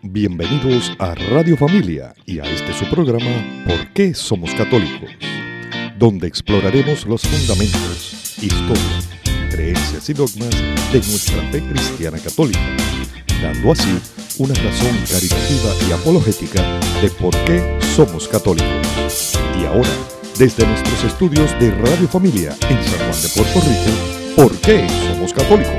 Bienvenidos a Radio Familia y a este su programa ¿Por qué somos católicos?, donde exploraremos los fundamentos, historia, creencias y dogmas de nuestra fe cristiana católica, dando así una razón caritativa y apologética de por qué somos católicos. Y ahora, desde nuestros estudios de Radio Familia en San Juan de Puerto Rico, ¿por qué somos católicos?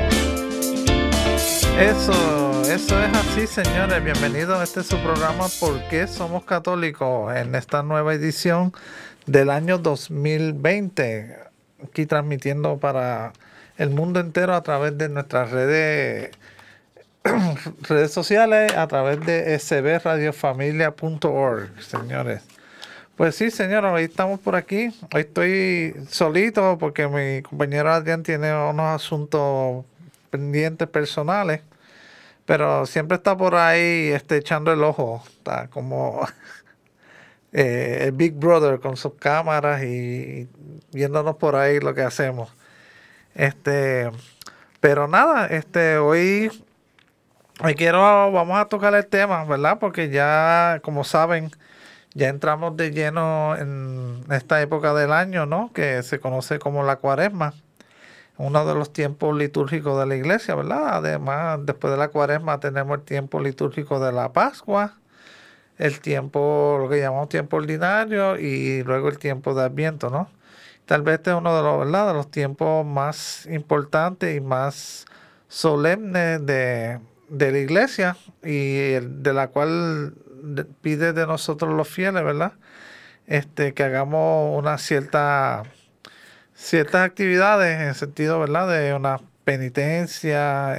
Eso es así, señores. Bienvenidos a este su programa ¿Por qué somos católicos?, en esta nueva edición del año 2020, aquí transmitiendo para el mundo entero a través de nuestras redes sociales, a través de sbradiofamilia.org, señores. Pues sí, señores, hoy estamos por aquí. Hoy estoy solito porque mi compañero Adrián tiene unos asuntos pendientes personales, pero siempre está por ahí echando el ojo. Está como el Big Brother con sus cámaras y viéndonos por ahí lo que hacemos. Pero nada, hoy vamos a tocar el tema, ¿verdad? Porque ya, como saben, ya entramos de lleno en esta época del año, ¿no? Que se conoce como la Cuaresma, uno de los tiempos litúrgicos de la iglesia, ¿verdad? Además, después de la Cuaresma tenemos el tiempo litúrgico de la Pascua, el tiempo, lo que llamamos tiempo ordinario, y luego el tiempo de Adviento, ¿no? Tal vez este es uno de los, ¿verdad?, de los tiempos más importantes y más solemnes de la iglesia, y de la cual pide de nosotros los fieles, ¿verdad? Que hagamos ciertas actividades en el sentido, ¿verdad?, de una penitencia,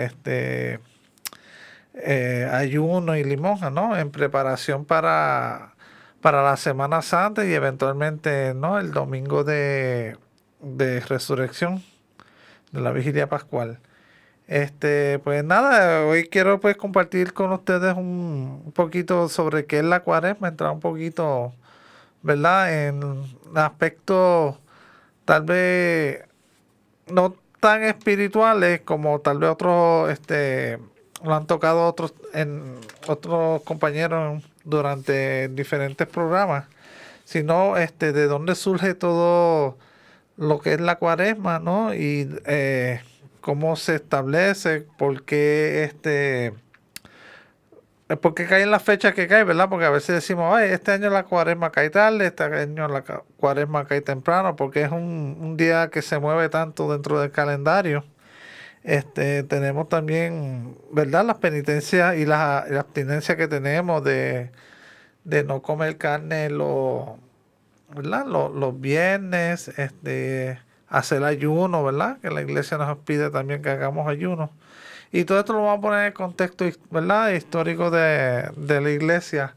ayuno y limosna, ¿no? En preparación para la Semana Santa y eventualmente, ¿no?, el domingo de resurrección, de la vigilia pascual. Pues nada, hoy quiero pues compartir con ustedes un poquito sobre qué es la Cuaresma, entrar un poquito, ¿verdad?, en aspectos tal vez no tan espirituales como tal vez otros lo han tocado otros compañeros durante diferentes programas, sino de dónde surge todo lo que es la Cuaresma, ¿no? Y cómo se establece, por qué cae en la fecha que cae, ¿verdad? Porque a veces decimos, ay, este año la Cuaresma cae tarde, este año la Cuaresma cae temprano, porque es un día que se mueve tanto dentro del calendario. Tenemos también, ¿verdad?, las penitencias y la abstinencia que tenemos de no comer carne ¿verdad?, los viernes, hacer ayuno, ¿verdad?, que la iglesia nos pide también que hagamos ayuno. Y todo esto lo vamos a poner en el contexto, ¿verdad?, histórico de la iglesia.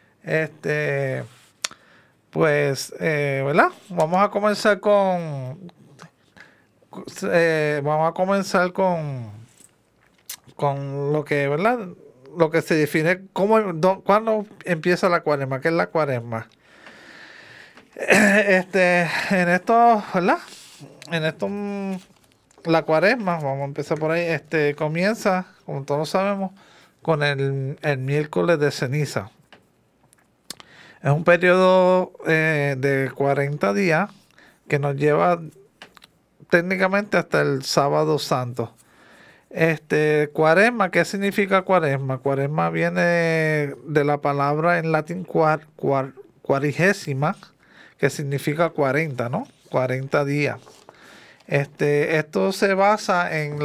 Pues, ¿verdad? Vamos a comenzar con lo que, ¿verdad?, lo que se define cuándo empieza la Cuaresma, qué es la Cuaresma. En esto, ¿verdad? La Cuaresma, vamos a empezar por ahí, comienza, como todos sabemos, con el miércoles de ceniza. Es un periodo de 40 días que nos lleva técnicamente hasta el sábado santo. Cuaresma, ¿qué significa Cuaresma? Cuaresma viene de la palabra en latín cuarigésima, que significa 40, ¿no? 40 días. Esto se basa en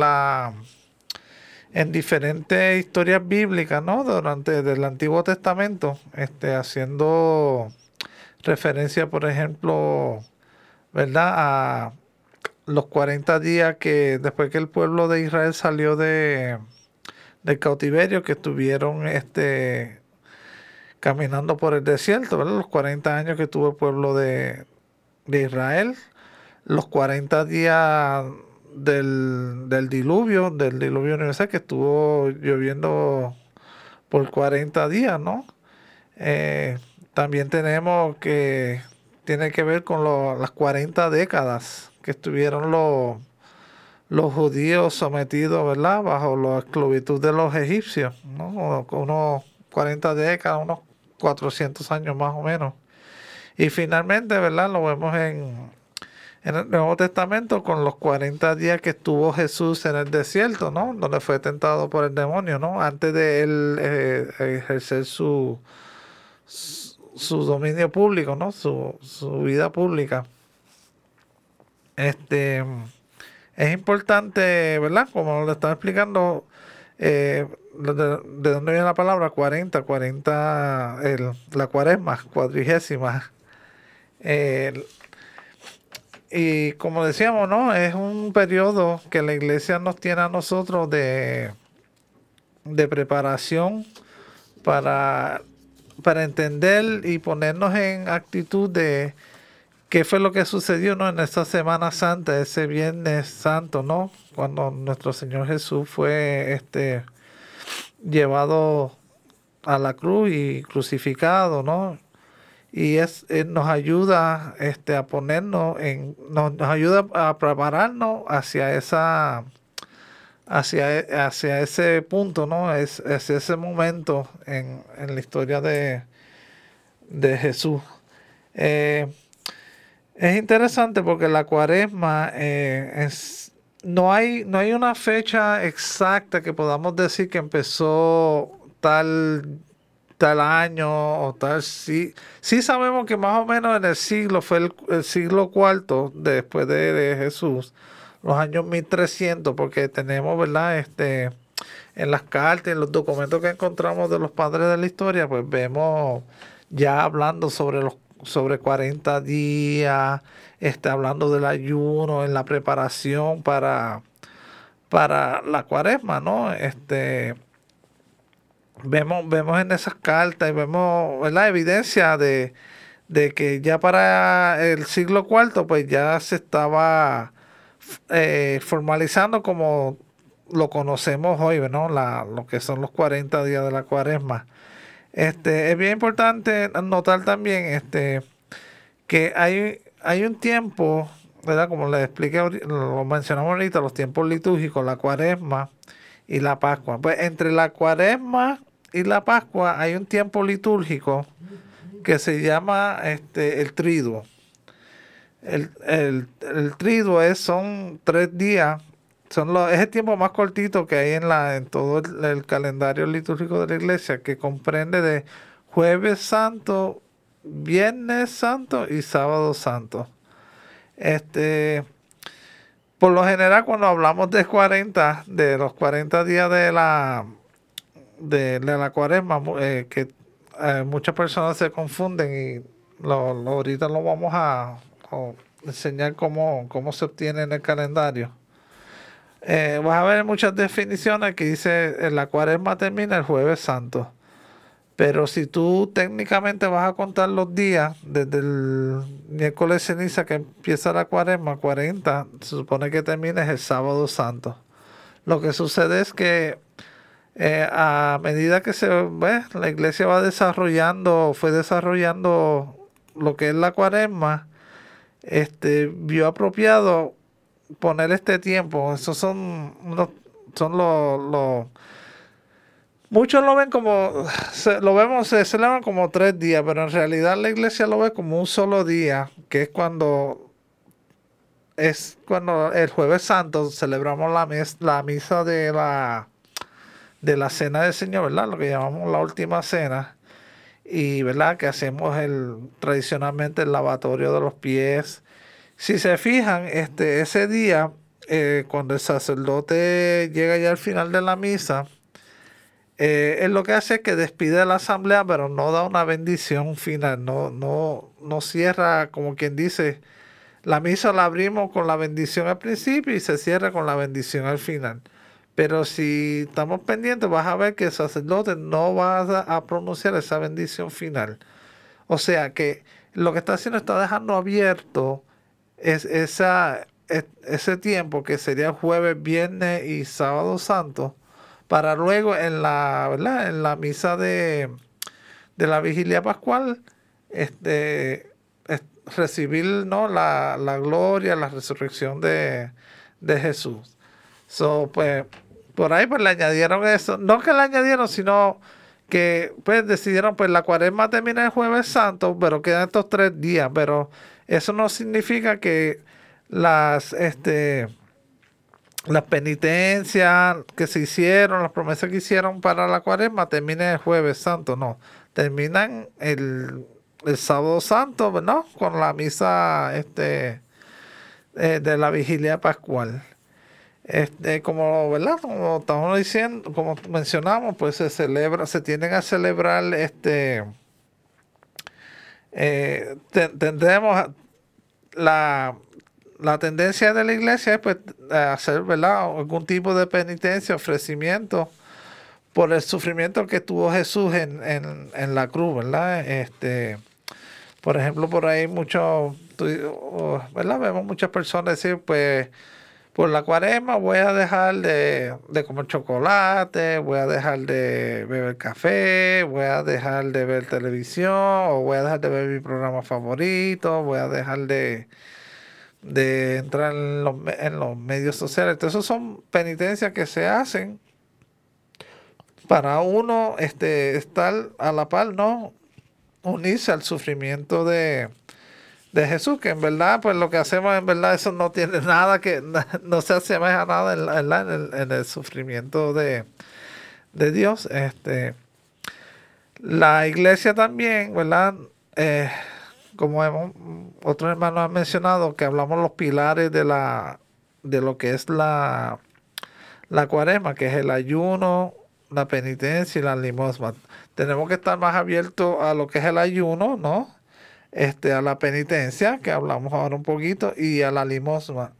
diferentes historias bíblicas, ¿no?, del Antiguo Testamento, haciendo referencia, por ejemplo, ¿verdad?, a los 40 días que después que el pueblo de Israel salió del cautiverio, que estuvieron caminando por el desierto, ¿verdad?, los 40 años que tuvo el pueblo de Israel, los 40 días del diluvio universal, que estuvo lloviendo por 40 días, ¿no? También tenemos que tiene que ver con las 40 décadas que estuvieron los judíos sometidos, ¿verdad?, bajo la esclavitud de los egipcios, ¿no? 40 décadas, unos 400 años más o menos. Y finalmente, ¿verdad? Lo vemos en el Nuevo Testamento con los 40 días que estuvo Jesús en el desierto, ¿no? Donde fue tentado por el demonio, ¿no? Antes de él ejercer su dominio público, ¿no? Su vida pública. Es importante, ¿verdad? Como le estaba explicando, de dónde viene la palabra 40, la cuaresma, cuadrigésima. Y como decíamos, ¿no? Es un periodo que la iglesia nos tiene a nosotros de preparación para entender y ponernos en actitud de qué fue lo que sucedió, ¿no? En esta Semana Santa, ese Viernes Santo, ¿no? Cuando nuestro Señor Jesús fue llevado a la cruz y crucificado, ¿no? Y nos ayuda a ponernos nos ayuda a prepararnos hacia ese punto, ¿no? Hacia ese momento en la historia de Jesús. Es interesante porque la cuaresma no hay una fecha exacta que podamos decir que empezó tal año o tal. Sí sabemos que más o menos en el siglo, fue el siglo IV después de Jesús, los años 1300, porque tenemos, ¿verdad? En las cartas, en los documentos que encontramos de los padres de la historia, pues vemos ya hablando sobre 40 días, hablando del ayuno, en la preparación para la cuaresma, ¿no? Vemos en esas cartas y vemos la evidencia de que ya para el siglo IV pues ya se estaba formalizando como lo conocemos hoy, ¿no? Lo que son los 40 días de la cuaresma. Es bien importante notar también que hay un tiempo, ¿verdad? Como les expliqué, lo mencionamos ahorita, los tiempos litúrgicos, la cuaresma y la Pascua. Pues entre la cuaresma y la Pascua hay un tiempo litúrgico que se llama el triduo. El triduo son 3 días, es el tiempo más cortito que hay en todo el calendario litúrgico de la iglesia, que comprende de Jueves Santo, Viernes Santo y Sábado Santo. Por lo general, cuando hablamos de los 40 días de la cuaresma, que muchas personas se confunden y ahorita lo vamos a enseñar cómo se obtiene en el calendario. Vas a ver muchas definiciones que dice la cuaresma termina el Jueves Santo. Pero si tú técnicamente vas a contar los días, desde el miércoles ceniza que empieza la cuaresma, 40, se supone que termina el Sábado Santo. Lo que sucede es que a medida que la iglesia fue desarrollando lo que es la cuaresma, vio apropiado poner este tiempo. Esos son los muchos lo ven como, se celebran como 3 días, pero en realidad la iglesia lo ve como un solo día, que es cuando el Jueves Santo celebramos la misa de la Cena del Señor, ¿verdad? Lo que llamamos la última cena, y ¿verdad? Que hacemos tradicionalmente el lavatorio de los pies. Si se fijan, ese día, cuando el sacerdote llega ya al final de la misa, él lo que hace es que despide a la asamblea, pero no da una bendición final, no cierra, como quien dice, la misa la abrimos con la bendición al principio y se cierra con la bendición al final. Pero si estamos pendientes, vas a ver que el sacerdote no va a pronunciar esa bendición final. O sea que lo que está haciendo, está dejando abierto ese tiempo, que sería jueves, viernes y sábado santo, para luego en la misa de la vigilia pascual recibir, ¿no? la gloria, la resurrección de Jesús. Pues por ahí pues le añadieron eso, no que le añadieron, sino que pues decidieron, pues la cuaresma termina el Jueves Santo, pero quedan estos 3 días, pero eso no significa que las, las penitencias que se hicieron, las promesas que hicieron para la cuaresma terminen el Jueves Santo, no, terminan el Sábado Santo, ¿no? Con la misa, de la vigilia pascual. Como, ¿verdad? Como estamos diciendo, como mencionamos, pues se tienden a celebrar, tendremos la tendencia de la iglesia es pues hacer, ¿verdad? Algún tipo de penitencia, ofrecimiento por el sufrimiento que tuvo Jesús en la cruz, ¿verdad? Por ejemplo, por ahí ¿verdad? Vemos muchas personas decir, pues, por la cuaresma voy a dejar de comer chocolate, voy a dejar de beber café, voy a dejar de ver televisión, o voy a dejar de ver mi programa favorito, voy a dejar de entrar en los medios sociales. Entonces, eso son penitencias que se hacen para uno estar a la par, ¿no? Unirse al sufrimiento de Jesús, que en verdad, pues lo que hacemos en verdad, eso no tiene nada no se asemeja a nada en el sufrimiento de Dios. La iglesia también, ¿verdad? Como otros hermanos han mencionado, que hablamos los pilares de lo que es la cuaresma, que es el ayuno, la penitencia y la limosna. Tenemos que estar más abiertos a lo que es el ayuno, ¿no? A la penitencia, que hablamos ahora un poquito, y a la limosna.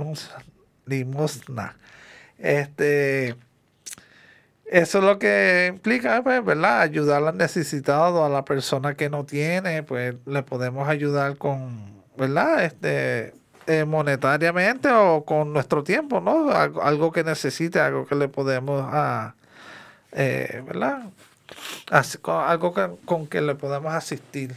Eso es lo que implica, pues, ¿verdad? Ayudar al necesitado, a la persona que no tiene, pues le podemos ayudar con, ¿verdad? Monetariamente o con nuestro tiempo, ¿no? Algo que necesite, algo que le podemos, ¿verdad? Algo con que le podemos asistir.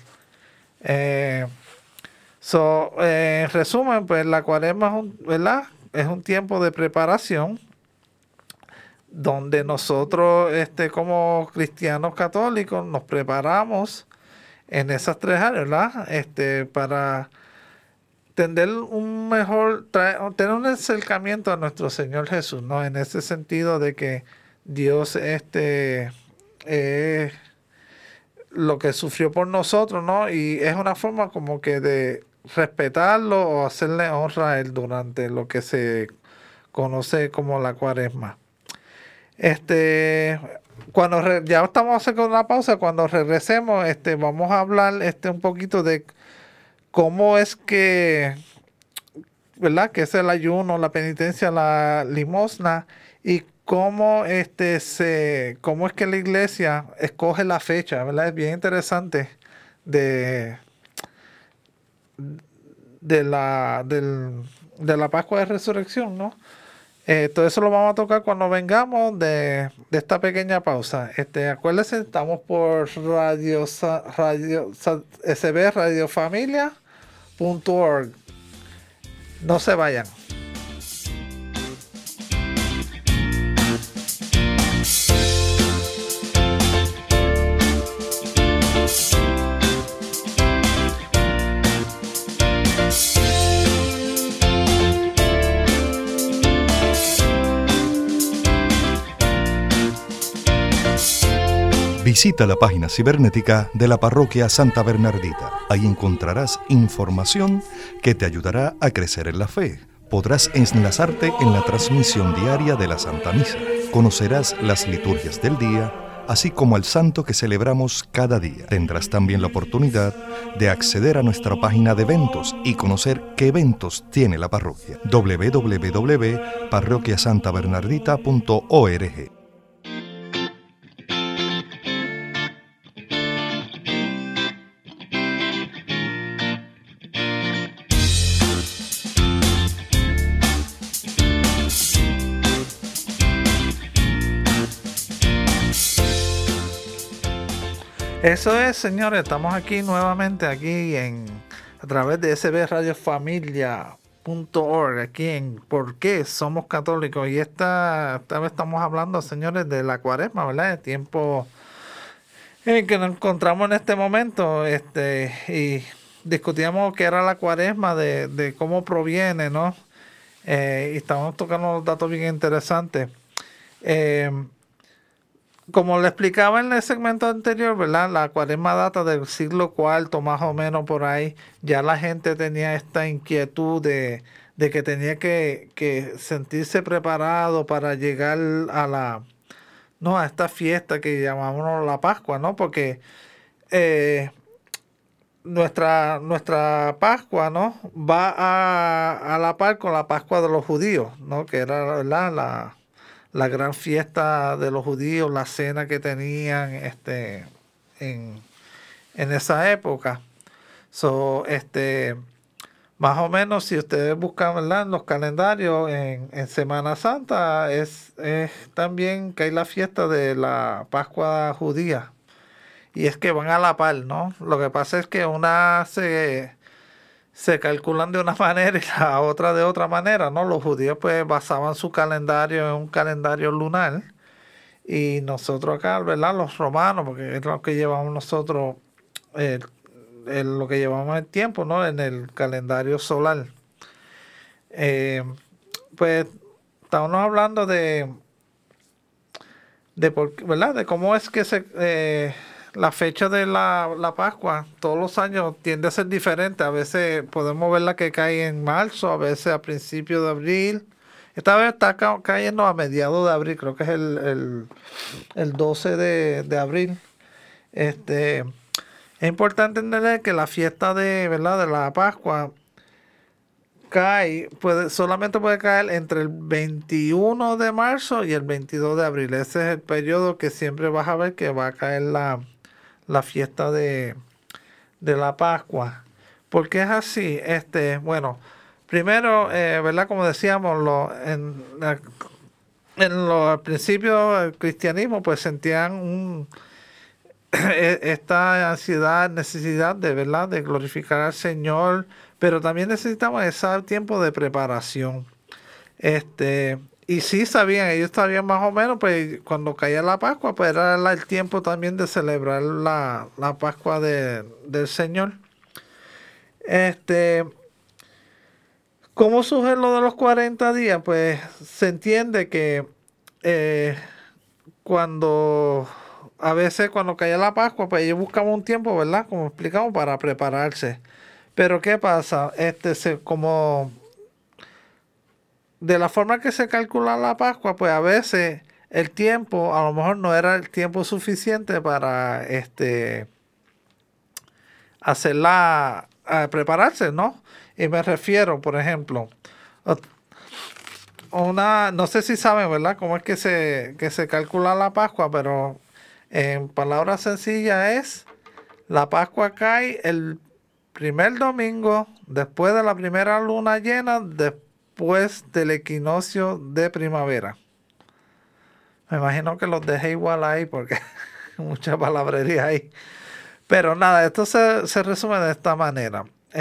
En resumen, pues la cuaresma ¿verdad? Es un tiempo de preparación donde nosotros, como cristianos católicos, nos preparamos en esas 3 áreas, ¿verdad? Para tener tener un acercamiento a nuestro Señor Jesús, ¿no? En ese sentido de que Dios, lo que sufrió por nosotros, ¿no? Y es una forma como que de respetarlo o hacerle honra a él durante lo que se conoce como la cuaresma. Cuando ya estamos haciendo una pausa, cuando regresemos, vamos a hablar un poquito de cómo es que, ¿verdad? Que es el ayuno, la penitencia, la limosna, y cómo cómo es que la iglesia escoge la fecha, ¿verdad? Es bien interesante de la Pascua de Resurrección, ¿no? Todo eso lo vamos a tocar cuando vengamos de esta pequeña pausa. Acuérdense, estamos por sbradiofamilia.org. No se vayan. Visita la página cibernética de la Parroquia Santa Bernardita. Ahí encontrarás información que te ayudará a crecer en la fe. Podrás enlazarte en la transmisión diaria de la Santa Misa. Conocerás las liturgias del día, así como el santo que celebramos cada día. Tendrás también la oportunidad de acceder a nuestra página de eventos y conocer qué eventos tiene la parroquia. www.parroquiasantabernardita.org. Eso es, señores, estamos aquí nuevamente a través de sbradiofamilia.org, aquí en ¿Por qué somos católicos? Y esta vez estamos hablando, señores, de la cuaresma, ¿verdad? El tiempo en que nos encontramos en este momento, y discutíamos qué era la cuaresma, de cómo proviene, ¿no? Y estábamos tocando unos datos bien interesantes. Eh, Como le explicaba en el segmento anterior, ¿verdad? La cuaresma data del siglo IV, más o menos por ahí. Ya la gente tenía esta inquietud de que tenía que sentirse preparado para llegar a no, a esta fiesta que llamamos la Pascua, ¿no? Porque nuestra Pascua, ¿no? Va a la par con la Pascua de los judíos, ¿no? Que era, ¿verdad? La gran fiesta de los judíos, la cena que tenían en, en esa época. So, más o menos, si ustedes buscan, ¿verdad? En los calendarios, en Semana Santa, es también que hay la fiesta de la Pascua judía. Y es que van a la par, ¿no? Lo que pasa es que una se calculan de una manera y la otra de otra manera, ¿no? Los judíos pues basaban su calendario en un calendario lunar y nosotros acá, ¿verdad? Los romanos, porque es lo que llevamos nosotros, eh, lo que llevamos el tiempo, ¿no? En el calendario solar. Eh, pues estamos hablando ¿verdad? De cómo es que la fecha de la Pascua todos los años tiende a ser diferente. A veces podemos verla que cae en marzo, a veces a principios de abril. Esta vez está cayendo a mediados de abril, creo que es el 12 de abril. Es importante entender que la fiesta ¿verdad? De la Pascua solamente puede caer entre el 21 de marzo y el 22 de abril. Ese es el periodo que siempre vas a ver que va a caer la fiesta de la Pascua. ¿Por qué es así? Bueno, primero, ¿verdad? Como decíamos, en los principios del cristianismo, pues sentían esta ansiedad, necesidad de, ¿verdad? De glorificar al Señor, pero también necesitamos ese tiempo de preparación. Y sí sabían, ellos sabían más o menos, pues cuando caía la Pascua, pues era el tiempo también de celebrar la Pascua del Señor. ¿Cómo surge lo de los 40 días? Pues se entiende que a veces cuando caía la Pascua, pues ellos buscaban un tiempo, ¿verdad? Como explicamos, para prepararse. Pero ¿qué pasa? Como de la forma que se calcula la Pascua, pues a veces el tiempo a lo mejor no era el tiempo suficiente para hacerla, prepararse, ¿no? Y me refiero, por ejemplo, no sé si saben, ¿verdad? Cómo es que se calcula la Pascua, pero en palabras sencillas la Pascua cae el primer domingo después de la primera luna llena, después del equinoccio de primavera. Me imagino que los dejé igual ahí porque mucha palabrería ahí. Pero nada, esto se resume de esta manera.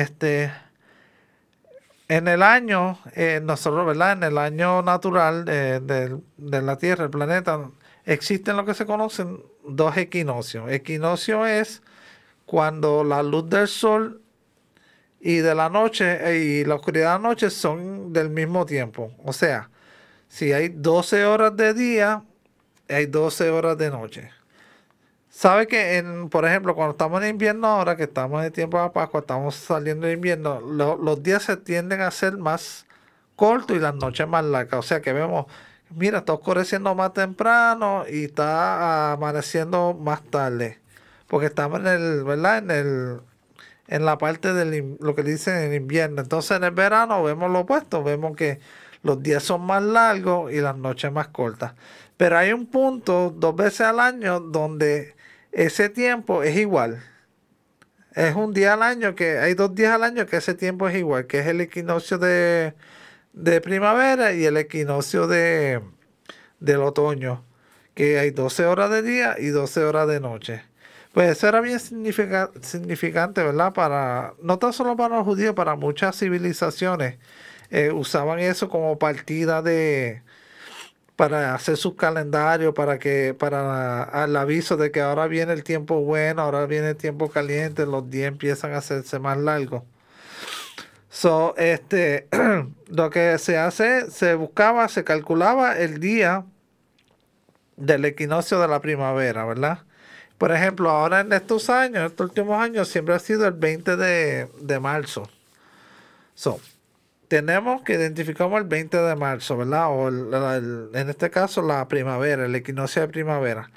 En el año, nosotros, ¿verdad? En el año natural de la Tierra, el planeta, existen lo que se conocen dos equinoccios. Equinoccio es cuando la luz del sol y de la noche y la oscuridad de la noche son del mismo tiempo. O sea, si hay 12 horas de día, hay 12 horas de noche. ¿Sabe que, por ejemplo, cuando estamos en invierno ahora, que estamos en el tiempo de Pascua, estamos saliendo de invierno, los días se tienden a ser más cortos y las noches más largas? O sea que vemos, mira, está oscureciendo más temprano y está amaneciendo más tarde. Porque estamos ¿verdad? En la parte de lo que dicen en invierno. Entonces en el verano vemos lo opuesto, vemos que los días son más largos y las noches más cortas. Pero hay un punto 2 veces al año donde ese tiempo es igual. Es un día al año hay 2 días al año que ese tiempo es igual, que es el equinoccio de primavera y el equinoccio del otoño, que hay 12 horas de día y 12 horas de noche. Pues eso era bien significante, ¿verdad? No tan solo para los judíos, para muchas civilizaciones usaban eso como partida para hacer sus calendarios, para el aviso de que ahora viene el tiempo bueno, ahora viene el tiempo caliente, los días empiezan a hacerse más largos. So, lo que se hace, se calculaba el día del equinoccio de la primavera, ¿verdad? Por ejemplo, ahora en estos últimos años, siempre ha sido el 20 de marzo. So, tenemos que identificamos el 20 de marzo, ¿verdad? O en este caso la primavera, el equinoccio de primavera.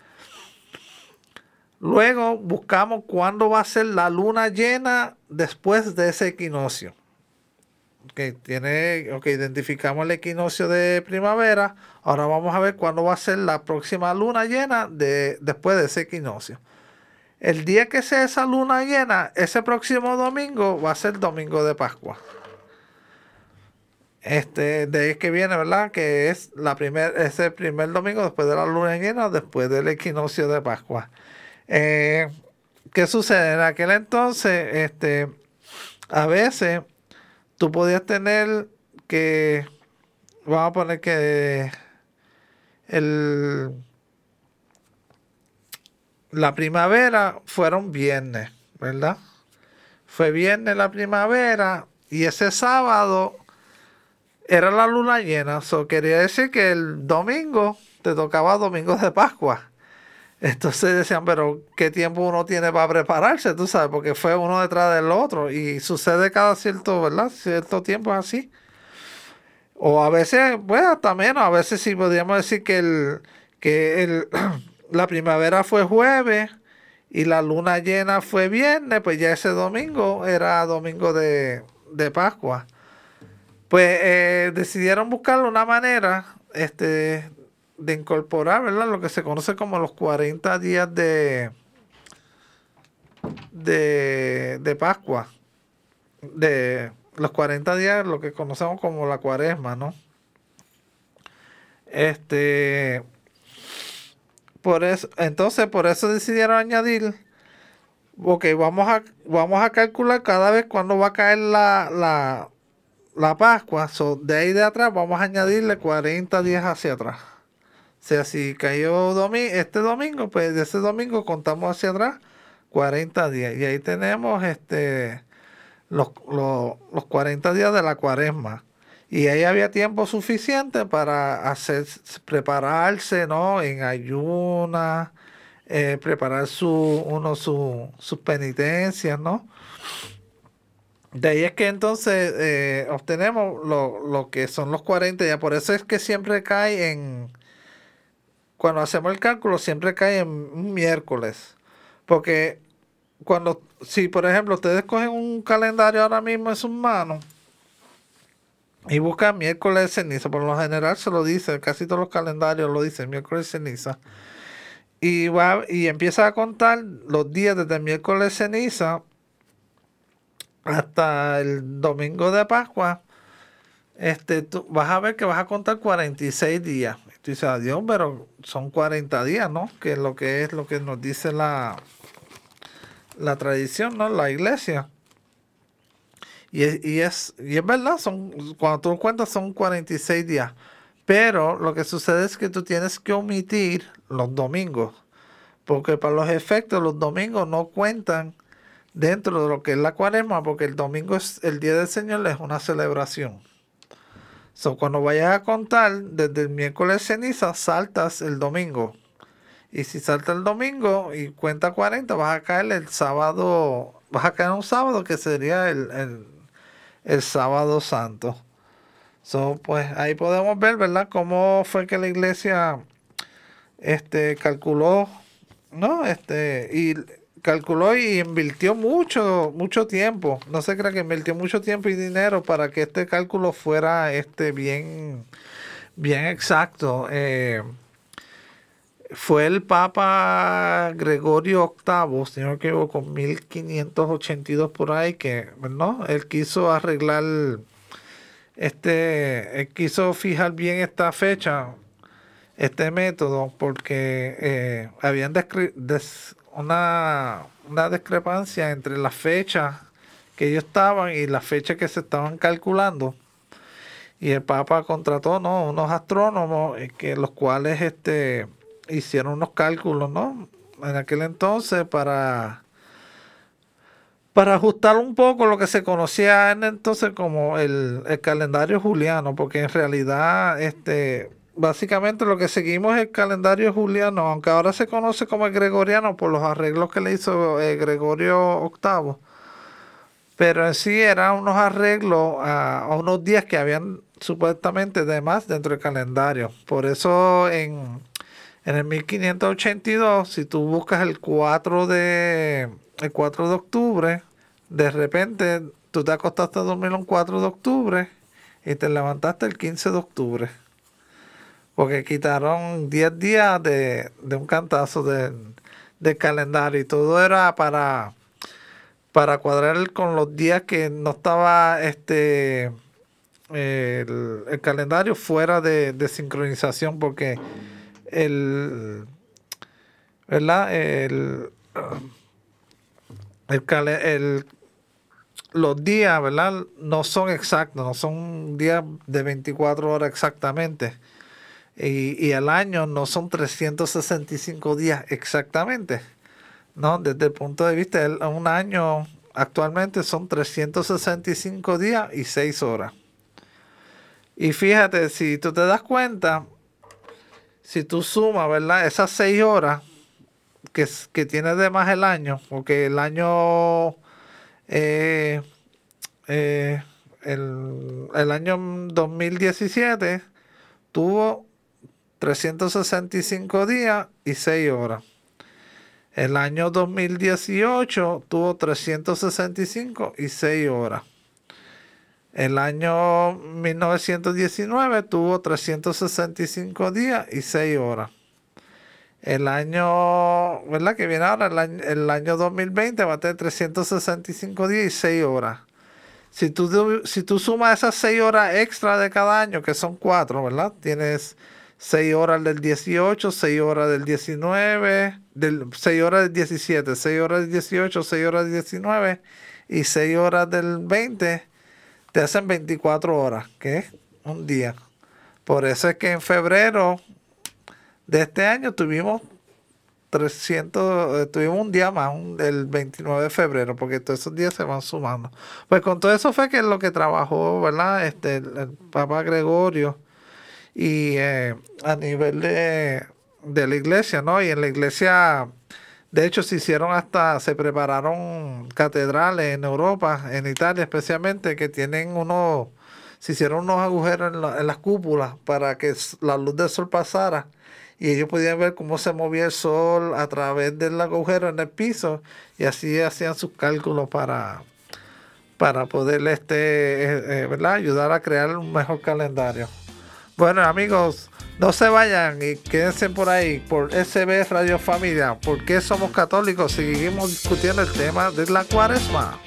Luego buscamos cuándo va a ser la luna llena después de ese equinoccio. Identificamos el equinoccio de primavera. Ahora vamos a ver cuándo va a ser la próxima luna llena después de ese equinoccio. El día que sea esa luna llena, ese próximo domingo va a ser domingo de Pascua. De ahí que viene, ¿verdad? Que es ese primer domingo después de la luna llena, después del equinoccio de Pascua. ¿Qué sucede? En aquel entonces, a veces tú podías tener que, vamos a poner que la primavera fueron viernes, ¿verdad? Fue viernes la primavera y ese sábado era la luna llena. Eso quería decir que el domingo te tocaba domingo de Pascua. Entonces decían, pero ¿qué tiempo uno tiene para prepararse? Tú sabes, porque fue uno detrás del otro y sucede cada cierto, ¿verdad? Cierto tiempo es así. O a veces, bueno, hasta menos, a veces sí podríamos decir que la primavera fue jueves y la luna llena fue viernes, pues ya ese domingo era domingo de Pascua. Pues decidieron buscar una manera, de incorporar, ¿verdad? Lo que se conoce como los 40 días de Pascua. De los 40 días, lo que conocemos como la Cuaresma, ¿no? Por eso decidieron añadir, ok, vamos a calcular cada vez cuándo va a caer la Pascua. De ahí de atrás vamos a añadirle 40 días hacia atrás. O sea, si cayó este domingo, pues de ese domingo contamos hacia atrás 40 días. Y ahí tenemos los 40 días de la Cuaresma. Y ahí había tiempo suficiente para prepararse, ¿no? En ayunas, preparar sus penitencias, ¿no? De ahí es que entonces obtenemos lo que son los 40 días. Por eso es que siempre cae cuando hacemos el cálculo, siempre cae en un miércoles. Porque si por ejemplo ustedes cogen un calendario ahora mismo en sus manos y buscan miércoles de ceniza, por lo general se lo dice, casi todos los calendarios lo dicen, miércoles de ceniza. Y empieza a contar los días desde el miércoles de ceniza hasta el domingo de Pascua. Tú vas a ver que vas a contar 46 días. Tú dices, adiós, pero son 40 días, ¿no? Que es lo que nos dice la tradición, ¿no? La iglesia. Y es verdad, cuando tú cuentas son 46 días. Pero lo que sucede es que tú tienes que omitir los domingos. Porque para los efectos, los domingos no cuentan dentro de lo que es la Cuaresma, porque el domingo es el día del Señor, es una celebración. Cuando vayas a contar desde el miércoles ceniza, saltas el domingo. Y si saltas el domingo y cuenta 40, vas a caer el sábado, vas a caer un sábado que sería el sábado santo. Pues ahí podemos ver, ¿verdad? Cómo fue que la iglesia calculó, ¿no? Y calculó y invirtió mucho tiempo. No se cree que invirtió mucho tiempo y dinero para que este cálculo fuera bien exacto. Fue el Papa Gregorio VIII, si no me equivoco, con 1582 por ahí, que, ¿no? Él quiso arreglar, él quiso fijar bien esta fecha, este método, porque habían una discrepancia entre las fechas que ellos estaban y las fechas que se estaban calculando. Y el Papa contrató, ¿no?, unos astrónomos que los cuales hicieron unos cálculos, ¿no?, en aquel entonces para ajustar un poco lo que se conocía en entonces como el calendario juliano, porque en realidad básicamente lo que seguimos es el calendario juliano, aunque ahora se conoce como el gregoriano por los arreglos que le hizo Gregorio octavo, pero en sí eran unos arreglos a unos días que habían supuestamente de más dentro del calendario. Por eso en el 1582, si tú buscas el 4 de octubre, de repente tú te acostaste a dormir un 4 de octubre y te levantaste el 15 de octubre. Porque quitaron 10 días de un cantazo del calendario y todo era para cuadrar con los días que no estaba el calendario fuera de sincronización, porque el, ¿verdad? Los días, ¿verdad?, no son exactos, no son días de 24 horas exactamente. Y el año no son 365 días exactamente, ¿no? Desde el punto de vista de un año actualmente son 365 días y 6 horas. Y fíjate, si tú te das cuenta, si tú sumas, ¿verdad?, esas 6 horas que tiene de más el año, porque el año, el año 2017 tuvo 365 días y 6 horas. El año 2018 tuvo 365 y 6 horas. El año 1919 tuvo 365 días y 6 horas. El año, ¿verdad?, que viene ahora, el año 2020 va a tener 365 días y 6 horas. Si tú sumas esas 6 horas extra de cada año, que son 4, ¿verdad? Tienes 6 horas del 18, 6 horas del 19, 6 horas del 17, 6 horas del 18, 6 horas del 19 y 6 horas del 20, te hacen 24 horas, que es un día. Por eso es que en febrero de este año tuvimos un día más, el 29 de febrero, porque todos esos días se van sumando. Pues con todo eso fue que lo que trabajó, ¿verdad?, el Papa Gregorio, y a nivel de la iglesia, ¿no? Y en la iglesia, de hecho, se prepararon catedrales en Europa, en Italia especialmente, que se hicieron unos agujeros en las cúpulas para que la luz del sol pasara y ellos podían ver cómo se movía el sol a través del agujero en el piso, y así hacían sus cálculos para poder ¿verdad?, ayudar a crear un mejor calendario. Bueno, amigos, no se vayan y quédense por ahí, por SB Radio Familia. ¿Por qué somos católicos? Seguimos discutiendo el tema de la Cuaresma.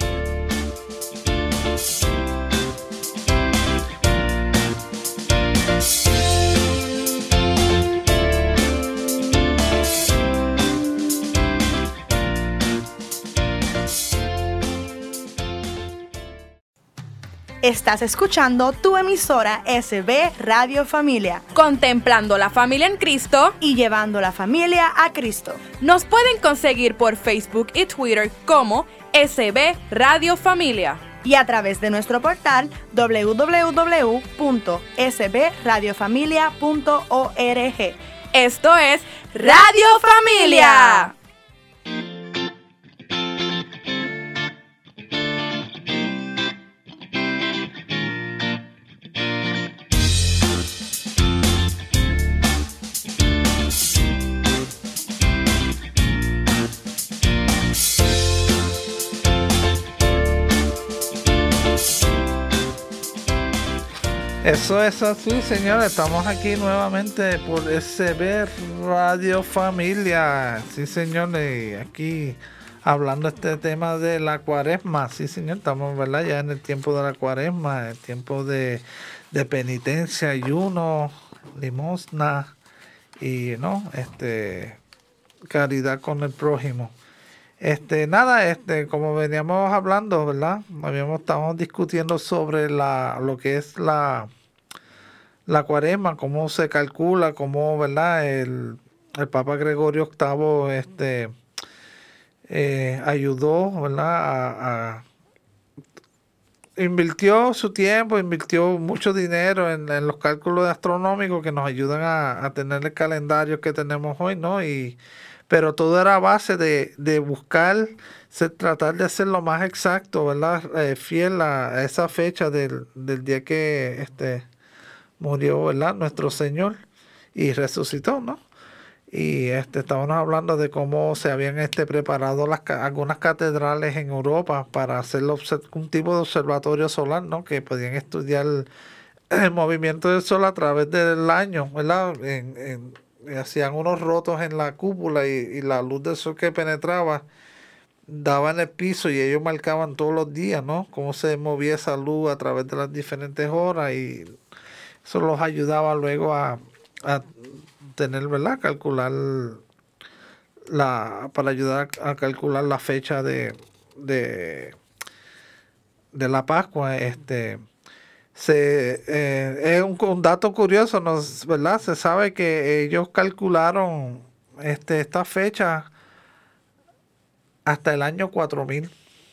Estás escuchando tu emisora SB Radio Familia, contemplando la familia en Cristo y llevando la familia a Cristo. Nos pueden conseguir por Facebook y Twitter como SB Radio Familia y a través de nuestro portal www.sbradiofamilia.org. Esto es Radio Familia. Eso es así, señores. Estamos aquí nuevamente por SB Radio Familia. Sí, señores, aquí hablando este tema de la Cuaresma. Sí, señor, estamos, ¿verdad?, ya en el tiempo de la Cuaresma, el tiempo de penitencia, ayuno, limosna y caridad con el prójimo. Como veníamos hablando, ¿verdad? Estábamos discutiendo sobre lo que es la la cuaresma, cómo se calcula, cómo, ¿verdad? El Papa Gregorio VIII ayudó, ¿verdad? Invirtió su tiempo, invirtió mucho dinero en los cálculos astronómicos que nos ayudan a tener el calendario que tenemos hoy, ¿no? Pero todo era a base de buscar, tratar de hacer lo más exacto, ¿verdad? Fiel a esa fecha del día que murió, ¿verdad? Nuestro Señor y resucitó, ¿no? Y estábamos hablando de cómo se habían preparado algunas catedrales en Europa para hacer un tipo de observatorio solar, ¿no? Que podían estudiar el movimiento del sol a través del año, ¿verdad? Hacían unos rotos en la cúpula y la luz del sol que penetraba daba en el piso y ellos marcaban todos los días, ¿no? Cómo se movía esa luz a través de las diferentes horas y eso los ayudaba luego a tener, ¿verdad? Calcular para ayudar a calcular la fecha de la Pascua. Es un dato curioso, ¿verdad? Se sabe que ellos calcularon esta fecha hasta el año 4000. O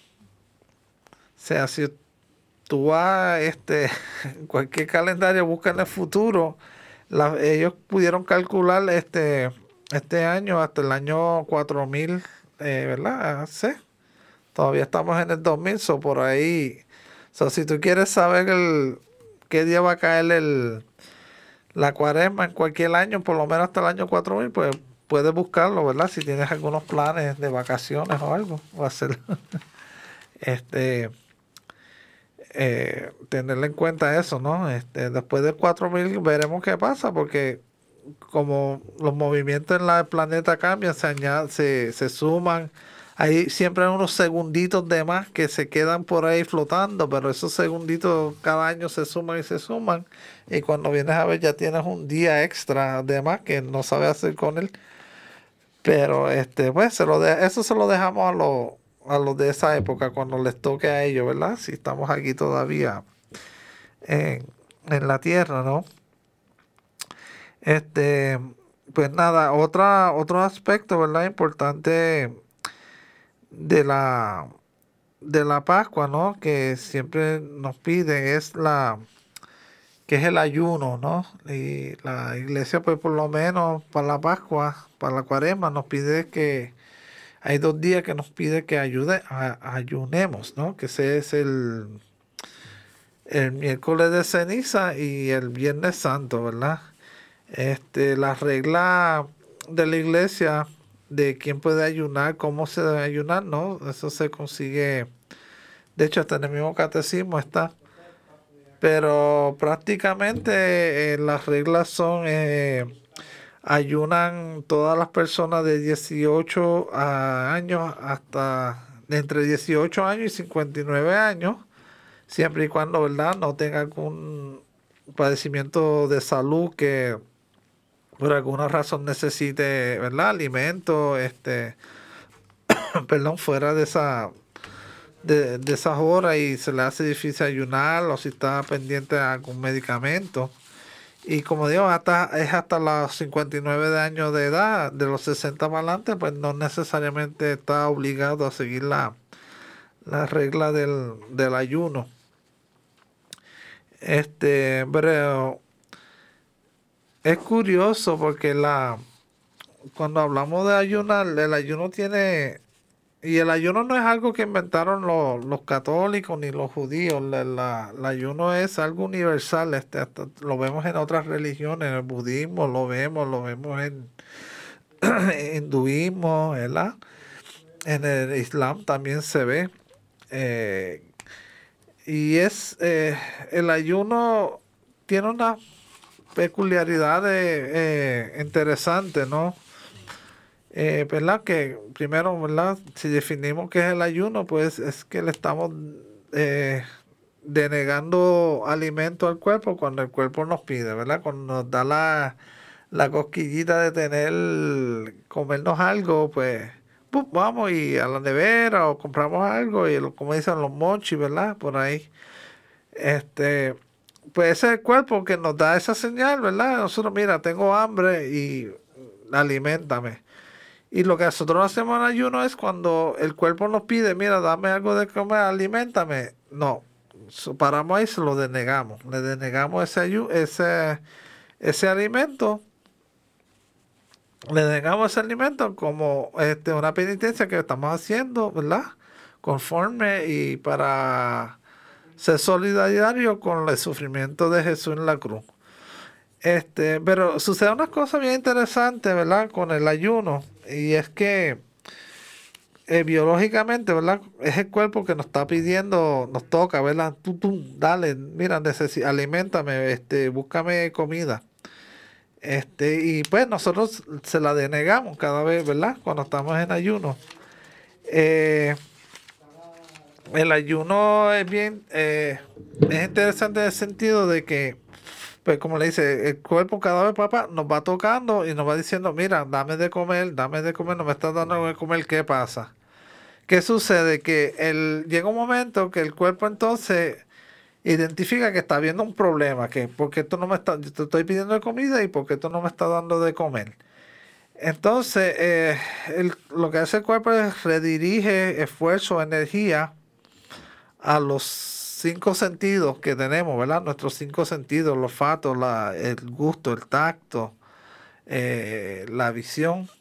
sea, si tú vas en cualquier calendario, busca en el futuro, ellos pudieron calcular este año hasta el año 4000, ¿verdad? Sí. Todavía estamos en el 2000, por ahí. Si tú quieres saber qué día va a caer la cuaresma en cualquier año, por lo menos hasta el año 4000, pues puedes buscarlo, ¿verdad? Si tienes algunos planes de vacaciones o algo, o hacerlo. Tenerle en cuenta eso, ¿no? Después del 4000 veremos qué pasa, porque como los movimientos en el planeta cambian, se suman, hay siempre unos segunditos de más que se quedan por ahí flotando, pero esos segunditos cada año se suman, y cuando vienes a ver ya tienes un día extra de más que no sabes hacer con él. Pero pues eso se lo dejamos a los de esa época, cuando les toque a ellos, ¿verdad? Si estamos aquí todavía en la tierra, ¿no? Pues nada, otro aspecto, ¿verdad? Importante de la Pascua, ¿no? Que siempre nos pide que es el ayuno, ¿no? Y la iglesia, pues por lo menos para la Pascua, para la Cuaresma, nos pide que hay 2 días que nos pide que ayunemos, ¿no? Que ese es el miércoles de ceniza y el viernes santo, ¿verdad? La regla de la iglesia de quién puede ayunar, cómo se debe ayunar, ¿no? Eso se consigue, de hecho, hasta en el mismo catecismo está. Pero prácticamente las reglas son, ayunan todas las personas de 18 años hasta entre 18 años y 59 años, siempre y cuando, ¿verdad?, no tenga algún padecimiento de salud que por alguna razón necesite, ¿verdad?, alimento, perdón, fuera de esas horas y se le hace difícil ayunar, o si está pendiente de algún medicamento. Y como digo, es hasta los 59 de años de edad, de los 60 para adelante, pues no necesariamente está obligado a seguir la regla del ayuno. Pero es curioso porque cuando hablamos de ayunar, el ayuno tiene... Y el ayuno no es algo que inventaron los católicos ni los judíos. El ayuno es algo universal. Hasta lo vemos en otras religiones. En el budismo lo vemos en hinduismo, ¿verdad? En el islam también se ve. Y el ayuno tiene una peculiaridad interesante, ¿no? ¿Verdad? Que primero, ¿verdad?, si definimos qué es el ayuno, pues es que le estamos denegando alimento al cuerpo cuando el cuerpo nos pide, ¿verdad? Cuando nos da la cosquillita de comernos algo, pues vamos y a la nevera o compramos algo y como dicen los mochis, ¿verdad? Por ahí. pues ese es el cuerpo que nos da esa señal, ¿verdad? Nosotros, mira, tengo hambre y aliméntame. Y lo que nosotros hacemos en ayuno es cuando el cuerpo nos pide, mira, dame algo de comer, aliméntame. No, paramos ahí y se lo denegamos. Le denegamos ese alimento. Le negamos ese alimento como una penitencia que estamos haciendo, ¿verdad? Conforme y para ser solidario con el sufrimiento de Jesús en la cruz. Pero sucede una cosa bien interesante, ¿verdad? Con el ayuno. Y es que biológicamente, ¿verdad? Es el cuerpo que nos está pidiendo, nos toca, ¿verdad? Tú, dale, mira, aliméntame, búscame comida. Y pues nosotros se la denegamos cada vez, ¿verdad? Cuando estamos en ayuno. Eh, el ayuno es bien, es interesante en el sentido de que, pues como le dice, el cuerpo cada vez, papá, nos va tocando y nos va diciendo, mira, dame de comer, no me estás dando de comer, ¿qué pasa? ¿Qué sucede? Que llega un momento que el cuerpo entonces identifica que está habiendo un problema, que porque tú no me estás, yo te estoy pidiendo de comida y porque tú no me estás dando de comer. Entonces, lo que hace el cuerpo es redirige esfuerzo, energía a los 5 sentidos que tenemos, ¿verdad? Nuestros 5 sentidos, el olfato, el gusto, el tacto, la visión.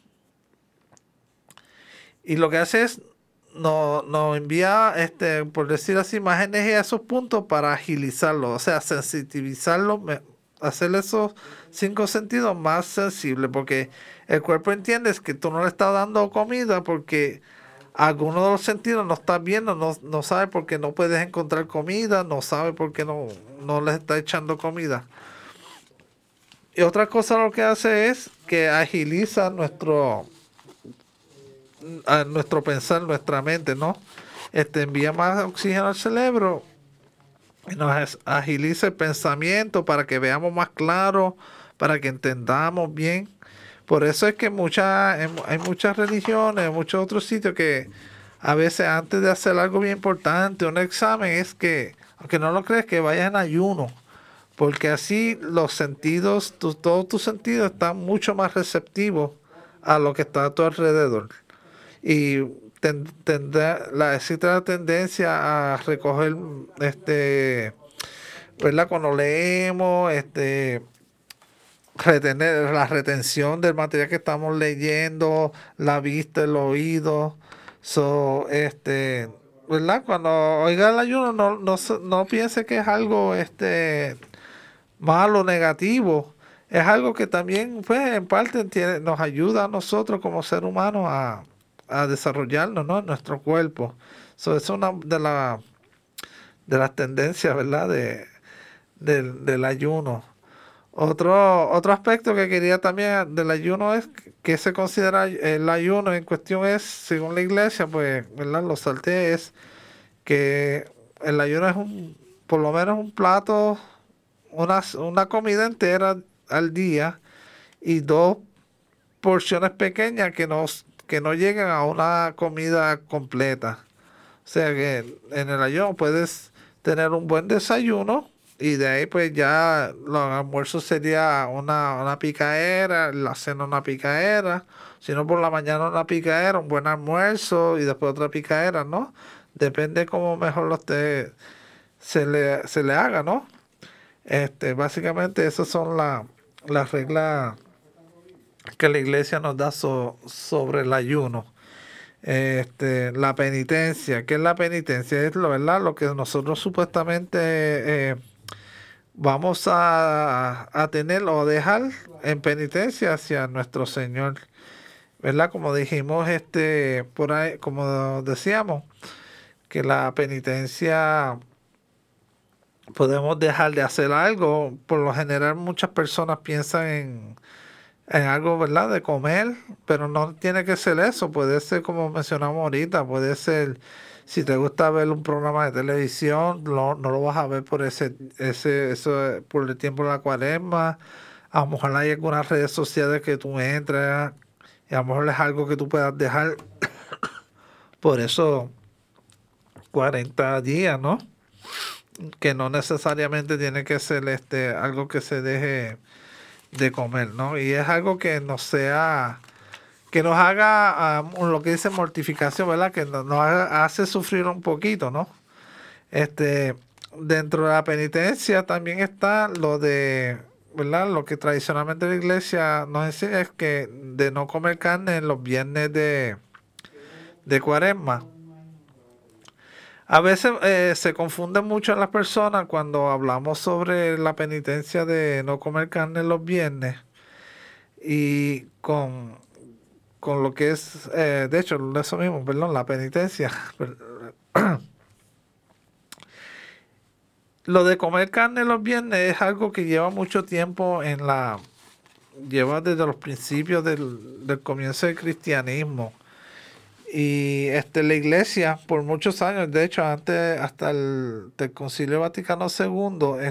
Y lo que hace es nos envía, por decir así, más energía a esos puntos para agilizarlo, o sea, sensitivizarlo, hacer esos 5 sentidos más sensibles, porque el cuerpo entiende que tú no le estás dando comida porque alguno de los sentidos no estás viendo, no sabe por qué no puedes encontrar comida, no sabe por qué no le está echando comida. Y otra cosa lo que hace es que agiliza a nuestro pensar, nuestra mente, ¿no? Envía más oxígeno al cerebro y nos agiliza el pensamiento para que veamos más claro, para que entendamos bien. Por eso es que hay muchas religiones, en muchos otros sitios que a veces antes de hacer algo bien importante, un examen, es que, aunque no lo crees, que vayas en ayuno. Porque así los sentidos, todos tus sentidos están mucho más receptivos a lo que está a tu alrededor. Y existe la tendencia a recoger, ¿verdad? Cuando leemos, retener la retención del material que estamos leyendo, la vista, el oído. ¿Verdad? Cuando oiga el ayuno, no piense que es algo malo, negativo. Es algo que también, pues, en parte nos ayuda a nosotros como seres humanos a desarrollarnos, ¿no? En nuestro cuerpo. Es una de las tendencias, ¿verdad? Del ayuno. Otro aspecto que quería también del ayuno es que se considera el ayuno en cuestión es, según la iglesia, pues, ¿verdad? Lo salté, es que el ayuno es por lo menos un plato, una comida entera al día y 2 porciones pequeñas que no lleguen a una comida completa. O sea que en el ayuno puedes tener un buen desayuno y de ahí pues ya los almuerzos sería una picaera, la cena una picaera, si no por la mañana una picaera, un buen almuerzo y después otra picaera, ¿no? Depende cómo mejor se le haga, ¿no? Básicamente esas son las reglas que la iglesia nos da sobre el ayuno. La penitencia. ¿Qué es la penitencia? Es ¿verdad? Lo que nosotros supuestamente vamos a tener o dejar en penitencia hacia nuestro Señor. ¿Verdad? Como dijimos, por ahí, como decíamos, que la penitencia podemos dejar de hacer algo. Por lo general muchas personas piensan en algo, ¿verdad? De comer, pero no tiene que ser eso. Puede ser, como mencionamos ahorita, puede ser, si te gusta ver un programa de televisión, no lo vas a ver por eso, por el tiempo de la cuaresma. A lo mejor hay algunas redes sociales que tú entras y a lo mejor es algo que tú puedas dejar por eso 40 días, ¿no? que no necesariamente tiene que ser algo que se deje de comer, ¿no? Y es algo que nos haga lo que dice mortificación, ¿verdad? Que nos hace sufrir un poquito, ¿no? Dentro de la penitencia también está lo de, ¿verdad? Lo que tradicionalmente la iglesia nos enseña es que de no comer carne en los viernes de Cuaresma. A veces se confunden mucho las personas cuando hablamos sobre la penitencia de no comer carne en los viernes y con lo que es, de hecho, eso mismo, perdón, la penitencia. Lo de comer carne los viernes es algo que lleva mucho tiempo lleva desde los principios del comienzo del cristianismo. Y la iglesia, por muchos años, de hecho, antes, hasta del Concilio Vaticano II,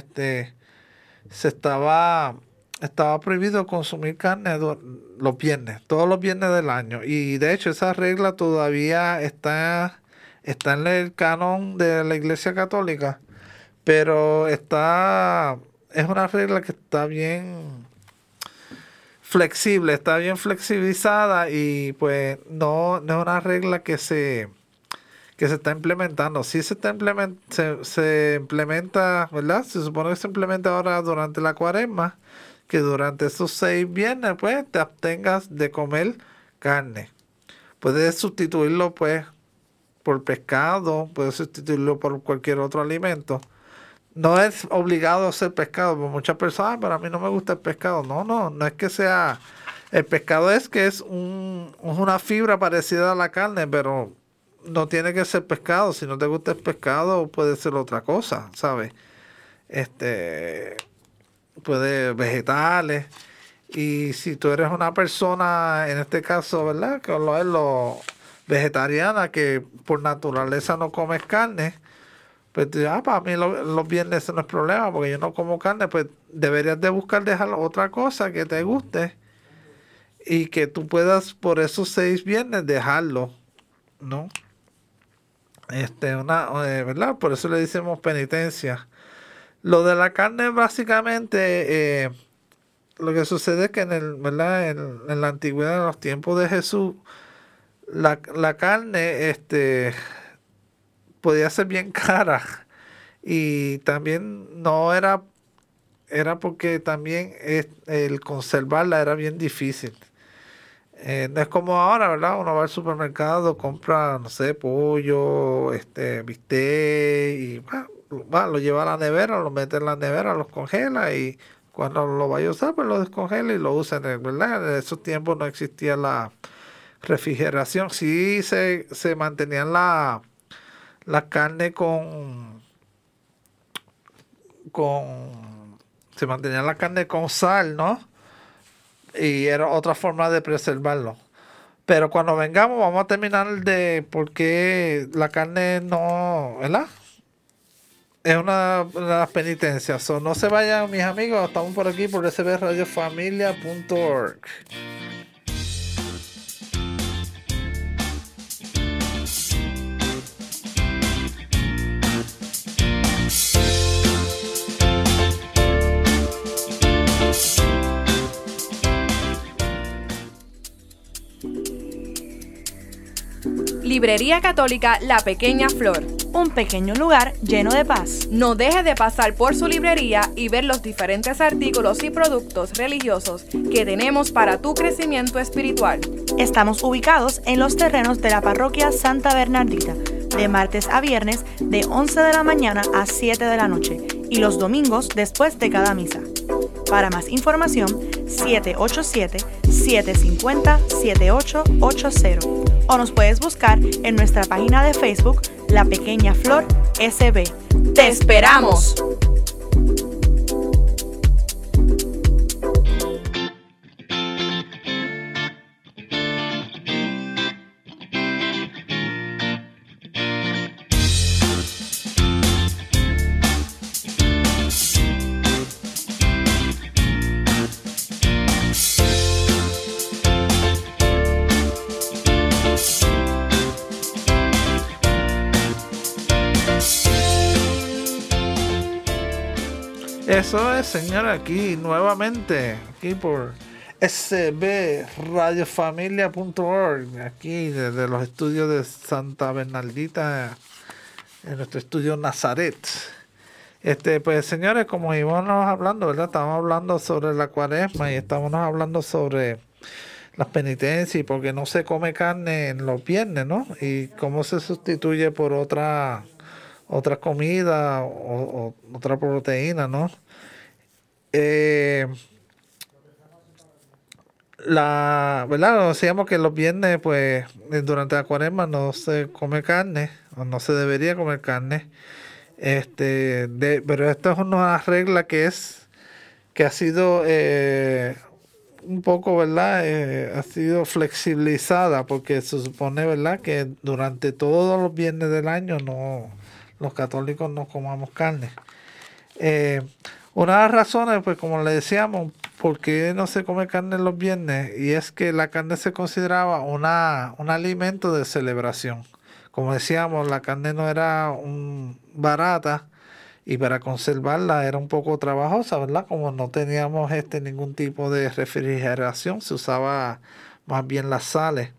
estaba prohibido consumir carne los viernes, todos los viernes del año. Y de hecho, esa regla todavía está en el canon de la Iglesia Católica, pero es una regla que está bien flexible, está bien flexibilizada y pues no es una regla que se está implementando. Sí se implementa, ¿verdad? Se supone que se implementa ahora durante la Cuaresma, que durante esos 6 viernes pues te abstengas de comer carne. Puedes sustituirlo pues por pescado, puedes sustituirlo por cualquier otro alimento. No es obligado a ser pescado, por muchas personas, pero a mí no me gusta el pescado. No es que sea... El pescado es que es una fibra parecida a la carne, pero no tiene que ser pescado. Si no te gusta el pescado, puede ser otra cosa, ¿sabes? Puede vegetales. Y si tú eres una persona, en este caso, ¿verdad? Que lo es vegetariana, que por naturaleza no comes carne, pues para mí los viernes eso no es problema, porque yo no como carne, pues deberías de buscar dejar otra cosa que te guste y que tú puedas por esos 6 viernes dejarlo, ¿no? ¿Verdad? Por eso le decimos penitencia. Lo de la carne, básicamente, lo que sucede es que ¿verdad? En la antigüedad, en los tiempos de Jesús, la carne, podía ser bien cara y también no era porque también el conservarla era bien difícil. No es como ahora, ¿verdad? Uno va al supermercado, compra, no sé, pollo, bistec y lo lleva a la nevera, lo mete en la nevera, los congela y cuando lo vaya a usar, pues lo descongela y lo usa, ¿verdad? En esos tiempos no existía la refrigeración. Sí se mantenían la carne se mantenía la carne con sal, ¿no? Y era otra forma de preservarlo. Pero cuando vengamos vamos a terminar de por qué la carne no, ¿verdad? Es una de las penitencias. So, no se vayan, mis amigos, estamos por aquí por sbradiofamilia.org. Librería Católica La Pequeña Flor. Un pequeño lugar lleno de paz. No deje de pasar por su librería y ver los diferentes artículos y productos religiosos que tenemos para tu crecimiento espiritual. Estamos ubicados en los terrenos de la parroquia Santa Bernardita, de martes a viernes de 11 de la mañana a 7 de la noche y los domingos después de cada misa. Para más información, 787-750-7880 o nos puedes buscar en nuestra página de Facebook La Pequeña Flor SB. ¡Te esperamos! Eso es, señores, aquí nuevamente, aquí por sbradiofamilia.org, aquí desde los estudios de Santa Bernardita, en nuestro estudio Nazaret. Pues señores, como íbamos hablando, ¿verdad? Estábamos hablando sobre la cuaresma y estábamos hablando sobre las penitencias y por qué no se come carne en los viernes, ¿no? Y cómo se sustituye por otra comida o otra proteína, ¿no? ¿Verdad? Decíamos que los viernes, pues, durante la cuaresma no se come carne, o no se debería comer carne. Pero esto es una regla que ha sido un poco, ¿verdad? Ha sido flexibilizada porque se supone, ¿verdad? Que durante todos los viernes del año los católicos no comamos carne. Una de las razones, pues como le decíamos, por qué no se come carne en los viernes, y es que la carne se consideraba un alimento de celebración. Como decíamos, la carne no era barata y para conservarla era un poco trabajosa, ¿verdad? Como no teníamos ningún tipo de refrigeración, se usaba más bien las sales.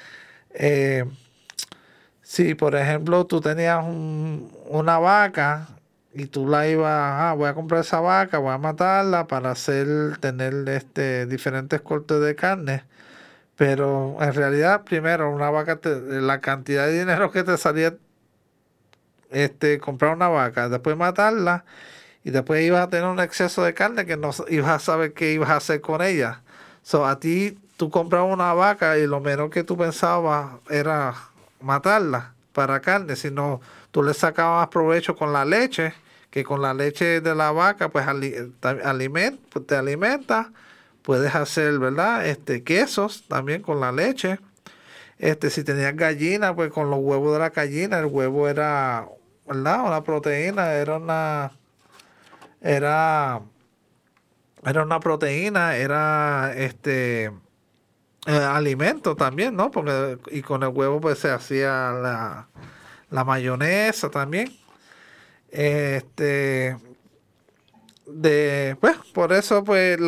Si, por ejemplo, tú tenías una vaca y tú la ibas, voy a comprar esa vaca, voy a matarla para tener diferentes cortes de carne. Pero en realidad, primero, una vaca, la cantidad de dinero que te salía comprar una vaca, después matarla, y después ibas a tener un exceso de carne que no ibas a saber qué ibas a hacer con ella. A ti, tú comprabas una vaca y lo menos que tú pensabas era matarla para carne, sino tú le sacabas más provecho con la leche, que con la leche de la vaca, pues te alimenta. Puedes hacer, ¿verdad? Quesos también con la leche. Si tenías gallina, pues con los huevos de la gallina, el huevo era, ¿verdad? Una proteína, era una proteína, era alimento también, ¿no? Y con el huevo pues se hacía la mayonesa también. Pues por eso pues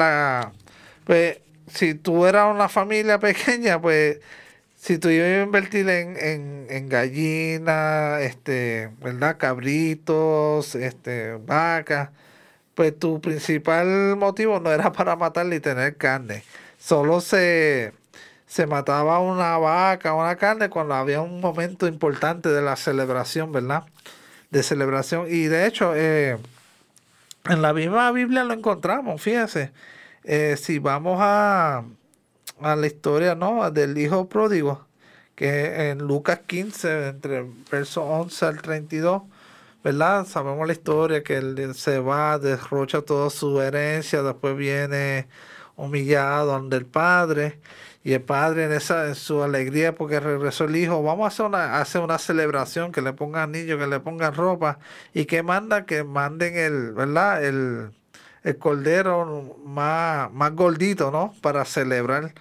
si tú eras una familia pequeña, pues si tú ibas a invertir en gallinas, ¿verdad? Cabritos, vacas, pues tu principal motivo no era para matarla y tener carne. Solo se mataba una vaca o una carne cuando había un momento importante de la celebración, ¿verdad? De celebración. Y de hecho, en la misma Biblia lo encontramos, fíjense. Si vamos a la historia, ¿no? Del hijo pródigo, que en Lucas 15, entre versos 11 al 32, ¿verdad? Sabemos la historia que él se va, derrocha toda su herencia, después viene humillado ante el padre, y el padre en su alegría porque regresó el hijo, vamos a hacer una celebración, que le pongan niños, que le pongan ropa, y que manden ¿verdad? El cordero más gordito, ¿no? Para celebrar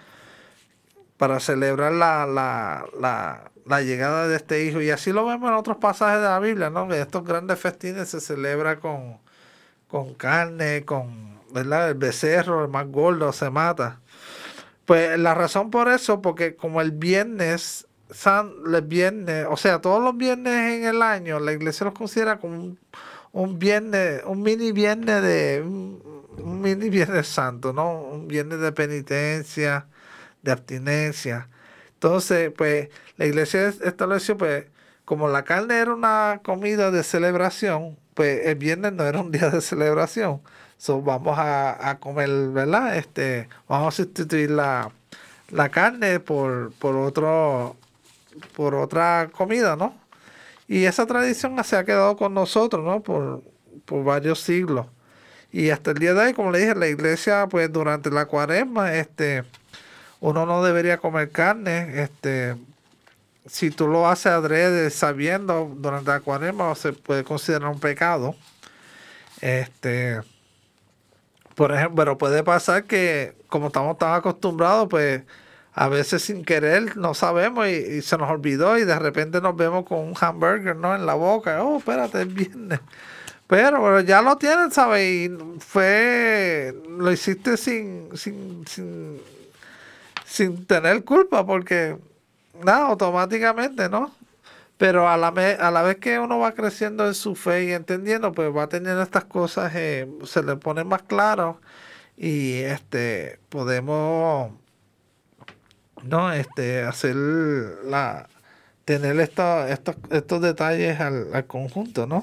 la llegada de este hijo. Y así lo vemos en otros pasajes de la Biblia, ¿no? Que estos grandes festines se celebran con carne, ¿verdad? El becerro, el más gordo, se mata. Pues la razón por eso, porque como el viernes, o sea, todos los viernes en el año, la iglesia los considera como un viernes, un mini viernes santo, ¿no? Un viernes de penitencia, de abstinencia. Entonces, pues, la iglesia estableció, pues, como la carne era una comida de celebración, pues el viernes no era un día de celebración. Vamos a comer, ¿verdad? Vamos a sustituir la carne por otra comida, ¿no? Y esa tradición se ha quedado con nosotros, ¿no? Por varios siglos. Y hasta el día de hoy, como le dije, la iglesia, pues durante la cuaresma, uno no debería comer carne. Si tú lo haces adrede, sabiendo, durante la cuaresma, se puede considerar un pecado. Por ejemplo, pero puede pasar que, como estamos tan acostumbrados, pues a veces sin querer no sabemos y se nos olvidó y de repente nos vemos con un hamburger, ¿no? En la boca. Oh, espérate, es viernes. Pero ya lo tienen, ¿sabes? Y lo hiciste sin tener culpa, porque nada, automáticamente, ¿no? Pero a la vez que uno va creciendo en su fe y entendiendo, pues va teniendo estas cosas, se le pone más claro y podemos, ¿no? Hacer tener estos detalles al conjunto, ¿no?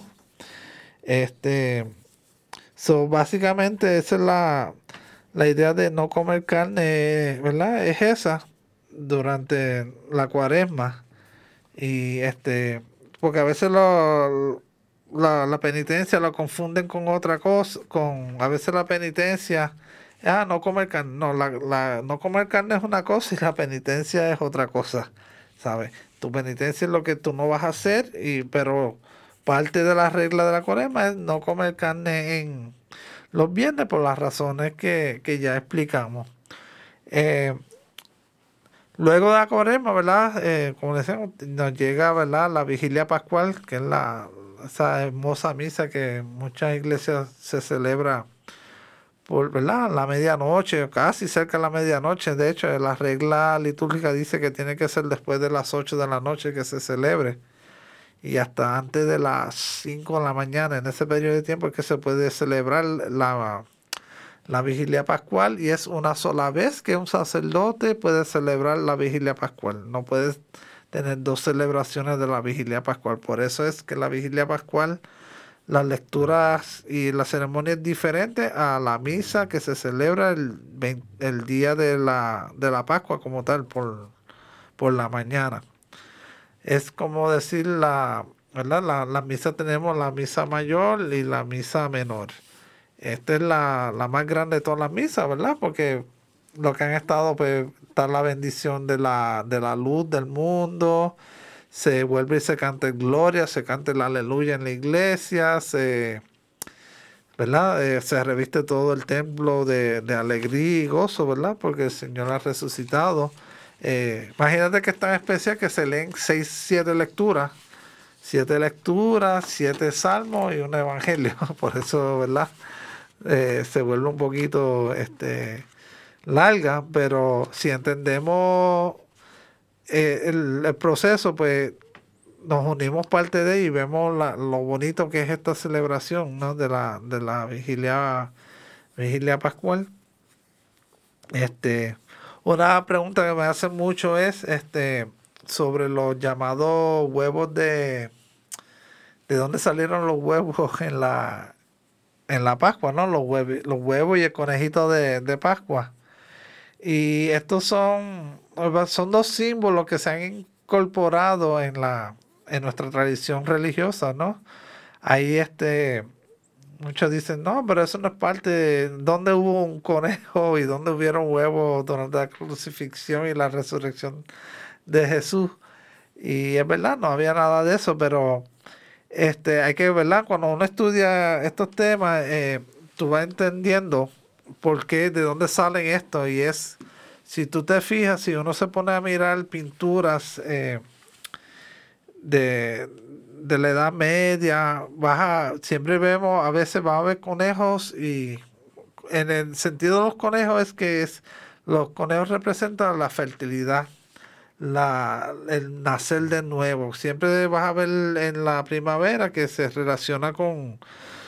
Básicamente esa es la idea de no comer carne, ¿verdad? Es esa durante la cuaresma. Y porque a veces la penitencia lo confunden con otra cosa, a veces la penitencia, no comer carne, no, no comer carne es una cosa y la penitencia es otra cosa, ¿sabes? Tu penitencia es lo que tú no vas a hacer, pero parte de la regla de la cuaresma es no comer carne en los viernes por las razones que ya explicamos. Luego de la cuaresma, ¿verdad? Como decíamos, nos llega, ¿verdad?, la vigilia pascual, que es esa hermosa misa que en muchas iglesias se celebra por, ¿verdad?, la medianoche, casi cerca de la medianoche. De hecho, la regla litúrgica dice que tiene que ser después de las 8 de la noche que se celebre. Y hasta antes de las 5 de la mañana, en ese periodo de tiempo, es que se puede celebrar la vigilia pascual, y es una sola vez que un sacerdote puede celebrar la vigilia pascual. No puedes tener dos celebraciones de la vigilia pascual. Por eso es que la vigilia pascual, las lecturas y la ceremonia es diferente a la misa que se celebra el día de la Pascua como tal, por la mañana. Es como decir ¿verdad? La misa, tenemos la misa mayor y la misa menor. Esta es la más grande de todas las misas, ¿verdad? Porque lo que han estado, pues, está la bendición de la luz del mundo, se vuelve y se canta en gloria, se canta el aleluya en la iglesia, ¿verdad? Se reviste todo el templo de alegría y gozo, ¿verdad? Porque el Señor ha resucitado. Imagínate que es tan especial que se leen 7 lecturas, 7 salmos y un evangelio. Por eso, ¿verdad? Se vuelve un poquito larga, pero si entendemos el proceso, pues nos unimos parte de ella y vemos lo bonito que es esta celebración, ¿no?, de la vigilia pascual. Una pregunta que me hacen mucho es sobre los llamados huevos ¿de dónde salieron los huevos en la Pascua, ¿no? Los huevos y el conejito de Pascua. Y estos son 2 símbolos que se han incorporado en nuestra tradición religiosa, ¿no? Ahí muchos dicen, no, pero eso no es parte de dónde hubo un conejo y dónde hubieron huevos durante la crucifixión y la resurrección de Jesús. Y es verdad, no había nada de eso, pero hay que, ¿verdad? Cuando uno estudia estos temas, tú vas entendiendo por qué, de dónde salen estos. Y si tú te fijas, si uno se pone a mirar pinturas de la Edad Media, siempre vemos, a veces va a haber conejos, y en el sentido de los conejos es que los conejos representan la fertilidad, el nacer de nuevo. Siempre vas a ver en la primavera que se relaciona con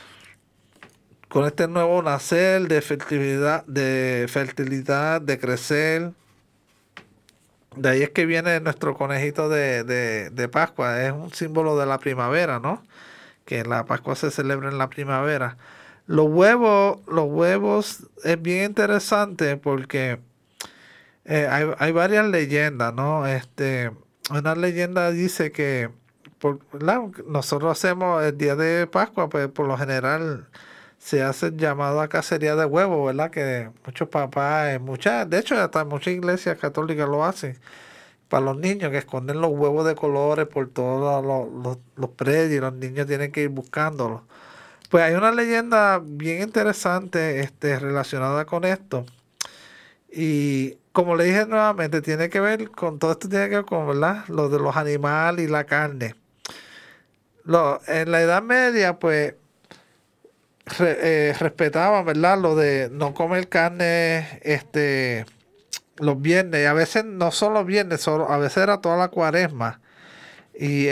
este nuevo nacer de fertilidad, de crecer. De ahí es que viene nuestro conejito de Pascua. Es un símbolo de la primavera, ¿no? Que la Pascua se celebra en la primavera. Los huevos es bien interesante porque hay varias leyendas, ¿no? Una leyenda dice que nosotros hacemos el día de Pascua, pues por lo general se hace llamada cacería de huevos, ¿verdad? Que muchos papás, de hecho hasta muchas iglesias católicas lo hacen para los niños, que esconden los huevos de colores por todos los predios, y los niños tienen que ir buscándolos. Pues hay una leyenda bien interesante relacionada con esto. Y como le dije nuevamente, tiene que ver con todo esto, tiene que ver con, ¿verdad?, lo de los animales y la carne. En la Edad Media, pues, respetaban, ¿verdad? Lo de no comer carne los viernes. Y a veces no solo viernes, a veces era toda la cuaresma. Y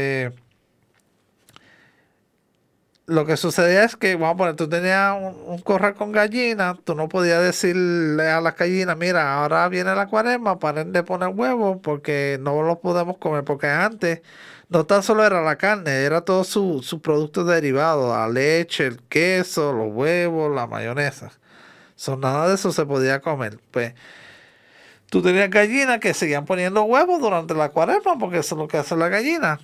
lo que sucedía es que, vamos a poner, tú tenías un corral con gallinas, tú no podías decirle a las gallinas, mira, ahora viene la cuaresma, paren de poner huevos porque no los podemos comer, porque antes no tan solo era la carne, era todo su producto derivado, la leche, el queso, los huevos, la mayonesa. Nada de eso se podía comer. Pues tú tenías gallinas que seguían poniendo huevos durante la cuaresma, porque eso es lo que hace la gallina.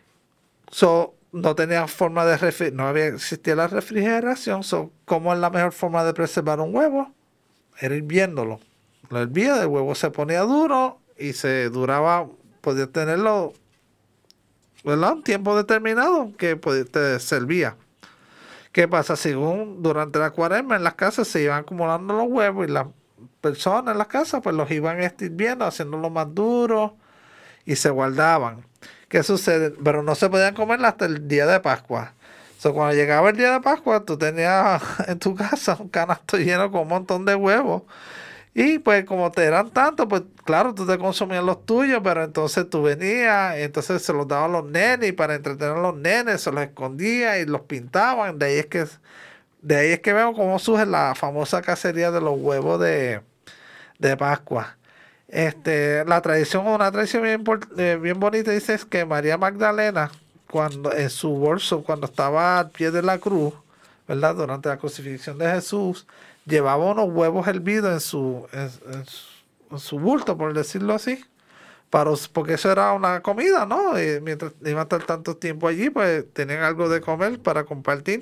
No tenía forma de existía la refrigeración. ¿Cómo es la mejor forma de preservar un huevo? Era hirviéndolo. Lo hervía, el huevo se ponía duro y podía tenerlo, ¿verdad? Un tiempo determinado que te servía. ¿Qué pasa? Según durante la cuaresma en las casas se iban acumulando los huevos y las personas en las casas pues los iban hirviendo, haciéndolos más duros y se guardaban. ¿Qué sucede? Pero no se podían comer hasta el día de Pascua. Cuando llegaba el día de Pascua, tú tenías en tu casa un canasto lleno con un montón de huevos. Y pues como te eran tantos, pues claro, tú te consumías los tuyos, pero entonces tú venías, y entonces se los daban a los nenes y para entretener a los nenes se los escondía y los pintaban. De ahí es que vemos cómo surge la famosa cacería de los huevos de Pascua. La tradición, una tradición bien bonita, dice es que María Magdalena, cuando en su bolso, cuando estaba al pie de la cruz, ¿verdad? Durante la crucifixión de Jesús, llevaba unos huevos hervidos en su bulto, por decirlo así, porque eso era una comida, ¿no? Y mientras iban a estar tanto tiempo allí, pues tenían algo de comer para compartir.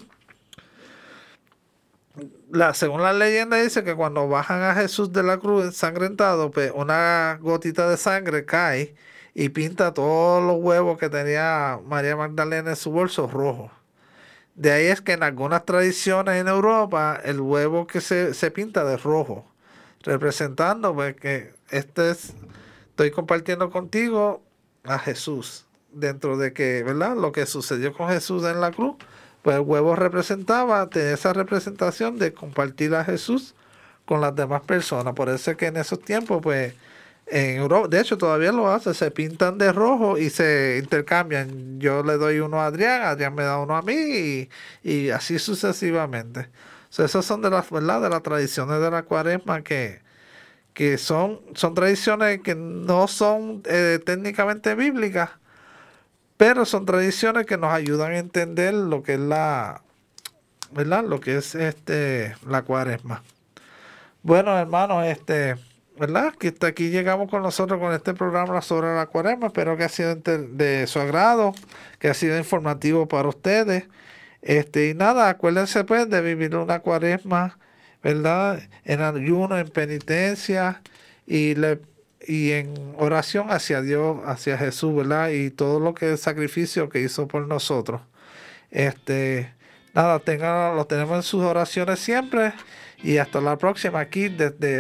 Según la leyenda dice que cuando bajan a Jesús de la cruz ensangrentado, pues una gotita de sangre cae y pinta todos los huevos que tenía María Magdalena en su bolso rojo. De ahí es que en algunas tradiciones en Europa el huevo que se pinta de rojo, representando pues que estoy compartiendo contigo a Jesús, dentro de que, ¿verdad? Lo que sucedió con Jesús en la cruz, pues el huevo tenía esa representación de compartir a Jesús con las demás personas. Por eso es que en esos tiempos, pues, en Europa, de hecho todavía lo hace, se pintan de rojo y se intercambian. Yo le doy uno a Adrián me da uno a mí y así sucesivamente. Esas son ¿verdad? De las tradiciones de la cuaresma que son tradiciones que no son técnicamente bíblicas, pero son tradiciones que nos ayudan a entender lo que es ¿verdad? Lo que es la cuaresma. Bueno, hermanos, ¿verdad? Que hasta aquí llegamos con nosotros con este programa sobre la cuaresma. Espero que ha sido de su agrado, que ha sido informativo para ustedes. Y nada, acuérdense pues de vivir una cuaresma, ¿verdad? En ayuno, en penitencia y en oración hacia Dios, hacia Jesús, ¿verdad? Y todo lo que es sacrificio que hizo por nosotros. Nada, lo tenemos en sus oraciones siempre. Y hasta la próxima aquí desde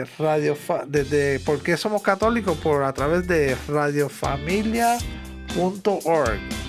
¿Por qué somos católicos? A través de radiofamilia.org.